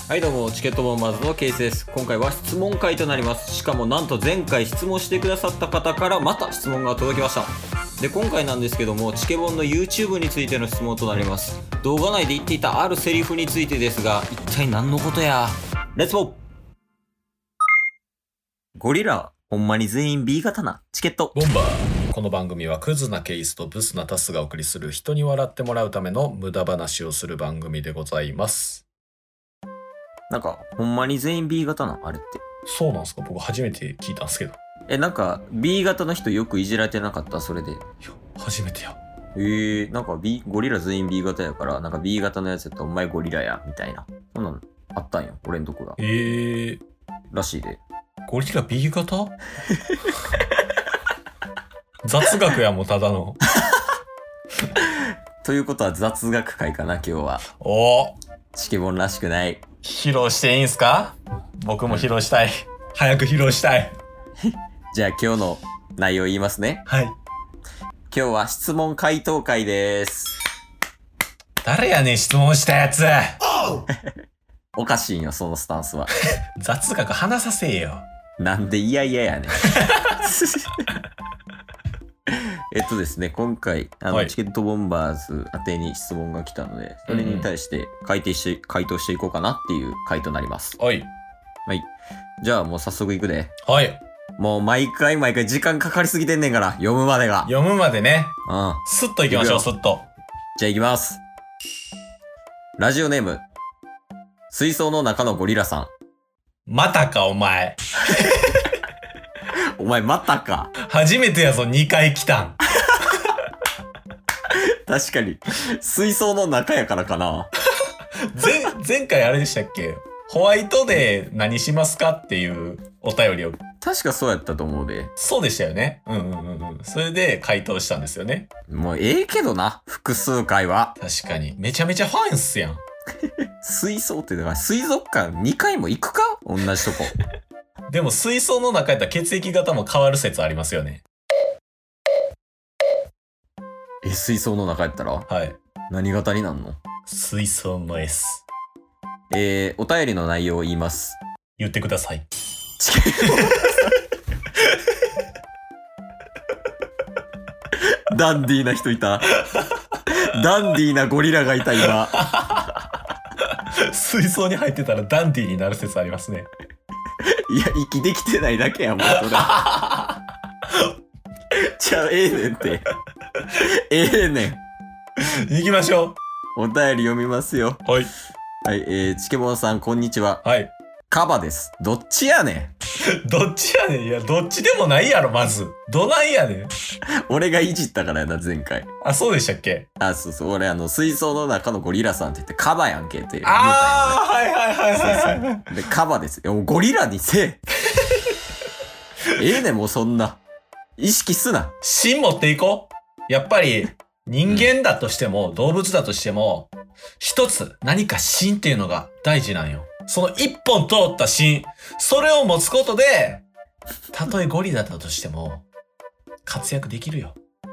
はいどうも、チケットボンバーズのケイスです。今回は質問会となります。しかもなんと前回質問してくださった方からまた質問が届きました。で、今回なんですけども、チケボンの YouTube についての質問となります。動画内で言っていたあるセリフについてですが、一体何のことや。レッツゴー。ゴリラ、ほんまに全員 B 型なチケットボンバー。この番組はクズなケイスとブスなタスがお送りする人に笑ってもらうための無駄話をする番組でございます。 なんか、ほんまに全員 B 型なあれって。 そうなんですか？僕初めて聞いたんですけど。 なんか B 型の人よくいじられてなかったそれで。 いや、初めてや。 なんかゴリラ全員 B 型やから、なんか B 型のやつやったらお前ゴリラや、みたいな。そんなんあったんよ、俺んとこが。らしいで。 ゴリラ B 型雑学やもただの。 ということは雑学会かな、今日は。チケボンらしくない。 披露していいんすか？僕も披露したい。早く披露したい。 じゃあ今日の内容言いますね。 はい。 今日は質問回答会です。 誰やねん、質問したやつ。 おかしいんよ、そのスタンスは。 雑学話させよ。 なんで嫌々やねん。ですね、今回、はい、チケットボンバーズ宛てに質問が来たので、それに対して回答していこうかなっていう回となります。 はい。 はい。じゃあもう早速いくで。 はい。 もう毎回時間かかりすぎてんねんから、読むまでが。 読むまでね。 うん。 スッといきましょう、スッと。 じゃあいきます。ラジオネーム、水槽の中のゴリラさん。 またか、お前。 お前またか。 初めてやぞ、2回来たん。 確かに。水槽の中やからかな。 前回あれでしたっけ？ホワイトデー何しますかっていうお便りを。 確かそうやったと思うで。 そうでしたよね。それで回答したんですよね。 もうけどな、複数回は。 確かに。めちゃめちゃファンっすやん。 水槽ってだから水族館2回も行くか？同じとこ。 でも水槽の中やったら血液型も変わる説ありますよね。 水槽の中やったら？ はい。 何型になんの？ 水槽の S。 お便りの内容を言います。 言ってください。 ダンディーな人いた。ダンディーなゴリラがいた今。 水槽に入ってたらダンディーになる説ありますね。 いや、息できてないだけやもん、それ。ちゃう、ねんって。ねん。行きましょう。お便り読みますよ。 はい。 はい、チケボンさん、こんにちは。 はい。 カバです。どっちやねん。どっちやねん。いや、どっちでもないやろ、まず。どないやねん。 俺がいじったからやな、前回。 あ、そうでしたっけ？ あ、そうそう。俺、水槽の中のゴリラさんって言って、カバやんけって言うたんや。 はい。 で、カバです。いや、もうゴリラにせえ。ねん、もうそんな。意識すな。 芯持っていこう。やっぱり、人間だとしても、動物だとしても、一つ何か芯っていうのが大事なんよ。その一本通った芯、それを持つことで、たとえゴリラだとしても、活躍できるよ。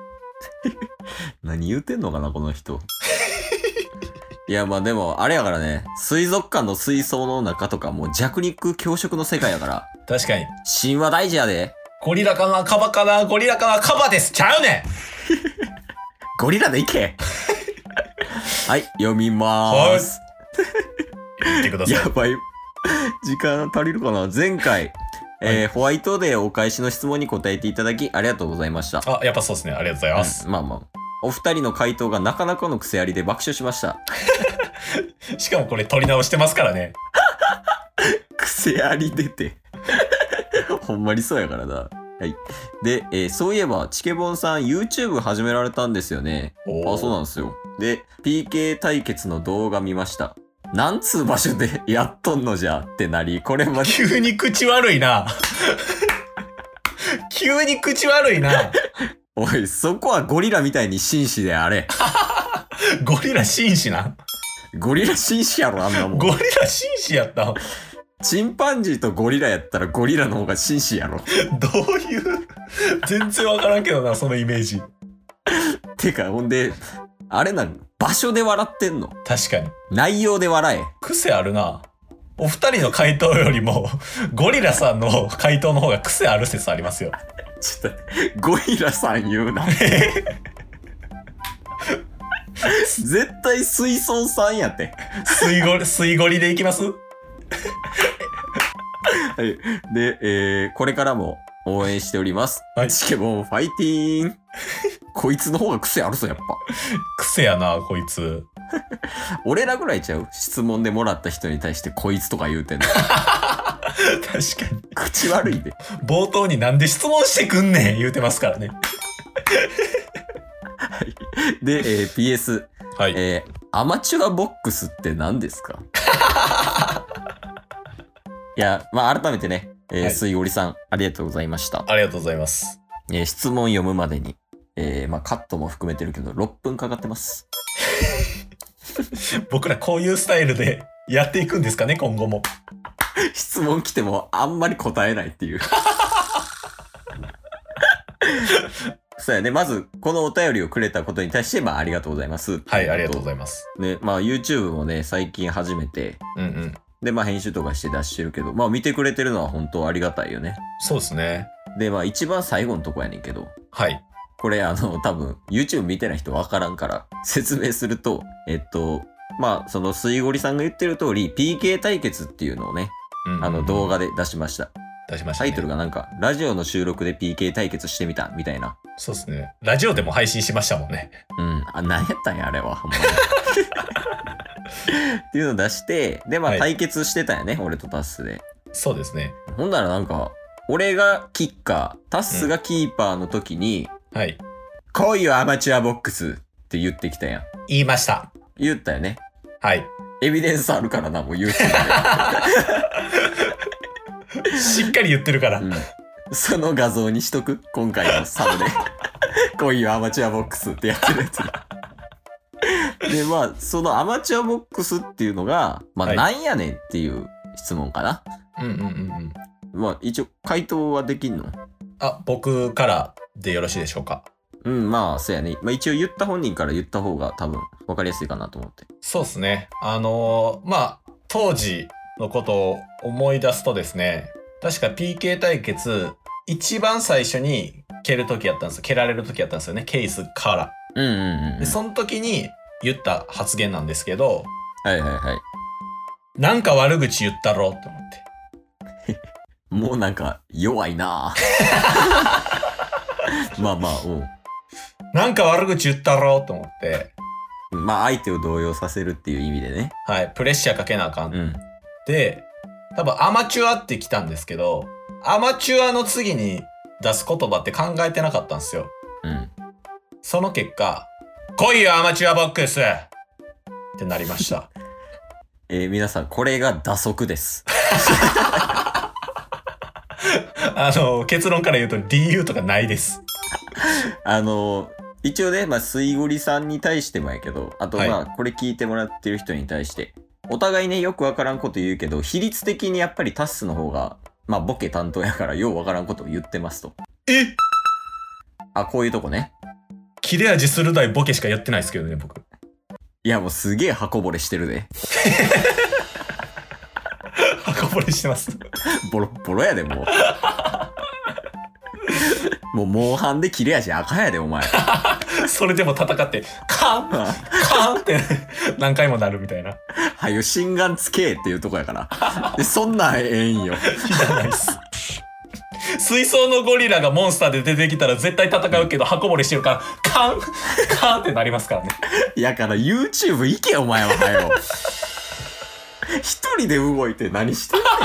何言うてんのかな、この人。いや、まあでも、あれやからね、水族館の水槽の中とかもう弱肉強食の世界やから。 確かに。 芯は大事やで。 ゴリラかな、カバかな、ゴリラかな、カバです。ちゃうねん。 ゴリラでいけ。はい、読みまーす。 言ってください。 やばい。時間足りるかな？前回、ホワイトデーお返しの質問に答えていただきありがとうございました。 あ、やっぱそうですね。ありがとうございます。 まあ。お二人の回答がなかなかの癖ありで爆笑しました。 しかもこれ撮り直してますからね。 癖あり出て。ほんまにそうやからな。はい。で、そういえば、チケボンさん YouTube 始められたんですよね。あ、そうなんですよ。で、PK 対決の動画見ました。なんつう場所でやっとんのじゃってなり、これまで。 急に口悪いな。急に口悪いな。 おい、そこはゴリラみたいに紳士であれ。 ゴリラ紳士な。 ゴリラ紳士やろ、あんなもん。 ゴリラ紳士やった。 チンパンジーとゴリラやったらゴリラの方が紳士やろ。 どういう全然わからんけどな、そのイメージ。 てか、ほんで、あれなん、場所で笑ってんの？ 確かに。 内容で笑え。 癖あるな。 お二人の回答よりも、ゴリラさんの回答の方が癖ある説ありますよ。 ちょっと、ゴリラさん言うな。絶対水槽さんやって。 水ゴリでいきます？ はい。で、これからも応援しております。 はい。 チケボンファイティーン。こいつの方が癖あるぞ、やっぱ。 癖やな、こいつ。 俺らぐらいちゃう？質問でもらった人に対してこいつとか言うてんの。 確かに。 口悪いで。 冒頭になんで質問してくんねん言うてますからね。 はい。で、PS。 はい。 アマチュアボックスって何ですか？いや、まあ、改めてね、水織さん、ありがとうございました。 ありがとうございます。 質問読むまでに、まあ、カットも含めてるけど、6分かかってます。 僕らこういうスタイルでやっていくんですかね、今後も。 質問来てもあんまり答えないっていう。そうやね。まず、このお便りをくれたことに対して、まあ、ありがとうございます。 はい、ありがとうございます。 ね、まあ、YouTube もね、最近始めて、 うんうん。 で、まあ、編集とかして出してるけど、まあ、見てくれてるのは本当ありがたいよね。 そうですね。 で、まあ、一番最後のとこやねんけど、 はい。 これ多分 YouTube 見てない人わからんから説明すると、まあその水ゴリさんが言ってる通り PK 対決っていうのをね、動画で出しました。 出しましたね。 タイトルがなんかラジオの収録で PK 対決してみたみたいな。 そうですね。ラジオでも配信しましたもんね。 うん。何やったんやあれは。ほんまにっていうのを出して、でまあ対決してたよね、俺とタッスで。 そうですね。 ほんならなんか俺がキッカー、タッスがキーパーの時に、 はい。 こういうアマチュアボックスって言ってきたやん。 言いました。 言ったよね。 はい。 エビデンスあるからな、もう言うてる。しっかり言ってるから、 うん。その画像にしとく今回のサムで。こういうアマチュアボックスってやってるやつ。で、まあ、そのアマチュアボックスっていうのが、まあ、 はい、 なんやねんっていう質問かな。 うんうんうんうん。 まあ、一応、回答はできんの？ あ、僕からでよろしいでしょうか。 うん、まあ、そうやね。まあ一応言った本人から言った方が多分分かりやすいかなと思って。 そうですね。まあ、当時のことを思い出すとですね、確か PK 対決、一番最初に蹴る時やったんですよ。蹴られる時やったんですよね。ケースから。 うんうんうん、うん。 で、その時に言った発言なんですけど、 はいはいはい。 なんか悪口言ったろって思って。 もうなんか弱いなまあまあ、うん。 なんか悪口言ったろと思って。 まあ相手を動揺させるっていう意味でね。 はい。プレッシャーかけなあかん。 うん。 で、多分アマチュアって来たんですけど、アマチュアの次に出す言葉って考えてなかったんですよ。 うん。 その結果、来いよアマチュアボックスってなりました。 皆さん、これが打足です。 結論から言うと理由とかないです。 一応ね、まあ、水ゴリさんに対してもやけど、あとまあ、 はい、 これ聞いてもらってる人に対して、お互いね、よくわからんこと言うけど、比率的にやっぱりタッスの方が、まあ、ボケ担当やから、ようわからんことを言ってますと。あ、こういうとこね。 切れ味鋭いボケしかやってないですけどね、僕。 いや、もうすげえ箱ぼれしてるで。 箱ぼれしてます。 ボロボロやで、もう。もう、モンハンで切れ味赤やで、お前。 それでも戦って、カンカンって何回もなるみたいな。 はよ、心眼つけっていうとこやから。で、そんなんええんよ。 いらないっす。水槽のゴリラがモンスターで出てきたら絶対戦うけど、箱ぼれしてるから、カンカンってなりますからね。 やから YouTube 行け、お前は、はよ。一人で動いて何してんね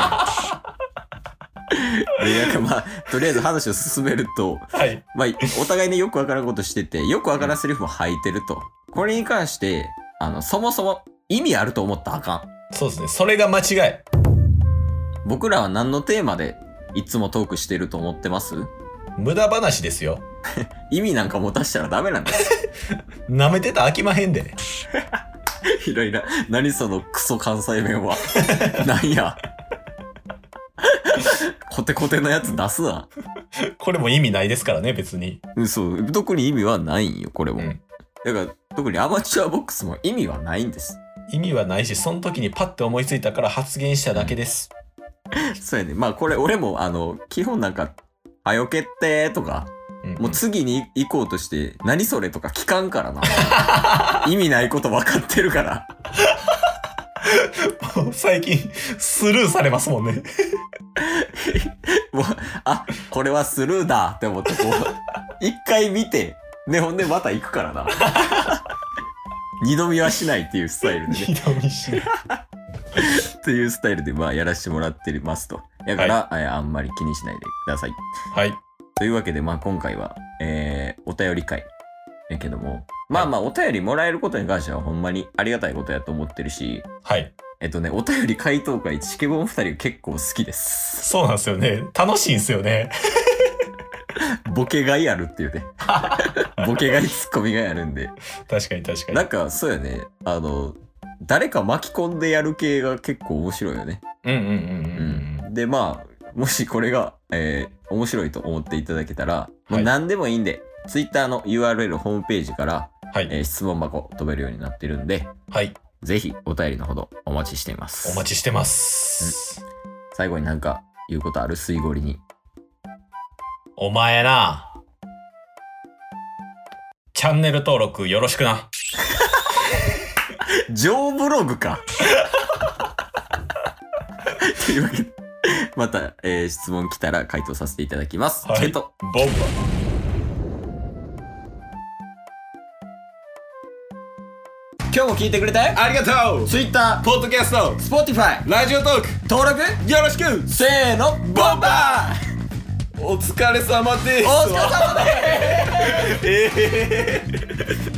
ん。で、なんかまあ、とりあえず話を進めると、 はい。 まあ、お互いね、よくわからんことしてて、よくわからんセリフも吐いてると。これに関して、そもそも意味あると思ったらあかん。 そうですね。それが間違い。 僕らは何のテーマでいつもトークしてると思ってます？ 無駄話ですよ。 意味なんか持たしたらダメなんです。 舐めてたら飽きまへんで。 いろいろ。何そのクソ関西弁は。なんや。コテコテのやつ出すな。 これも意味ないですからね、別に。 そう。特に意味はないんよ、これも。 うん、 だから、特にアマチュアボックスも意味はないんです。 意味はないし、その時にパッて思いついたから発言しただけです。 そうやね。まあこれ俺も基本なんか、はよけってとか、もう次に行こうとして、何それとか聞かんからな。意味ないこと分かってるから。 もう最近スルーされますもんね。 もう、これはスルーだって思ってこう、一回見て、ね、ほんでまた行くからな。二度見はしないっていうスタイルでね。 二度見しない。 っていうスタイルでまあやらせてもらってますと。だから、あんまり気にしないでください。 はい。 というわけでまあ今回は、お便り会やけども、まあまあお便りもらえることに関してはほんまにありがたいことやと思ってるし、 はい。 お便り回答会チケボン2人結構好きです。 そうなんですよね。楽しいんですよね。 ボケがいあるっていうね。ボケがいツッコミがいあるんで。 確かに確かに。 なんかそうやね。誰か巻き込んでやる系が結構面白いよね。でまあもしこれが、面白いと思っていただけたら、もう何でもいいんで、Twitter の URL ホームページから、はい、質問箱飛べるようになってるんで、はい、ぜひお便りのほどお待ちしています。 お待ちしてます。 最後になんか言うことある？水ゴリに。 お前な、チャンネル登録よろしくな。 ジョーブログか。というわけで、また、質問来たら回答させていただきます。 はい、ボンバ。 今日も聞いてくれてありがとう。 Twitter、 ポッドキャスト、 Spotify、 ラジオトーク登録よろしく。 せーの、ボンバー。 お疲れ様です。 お疲れ様です。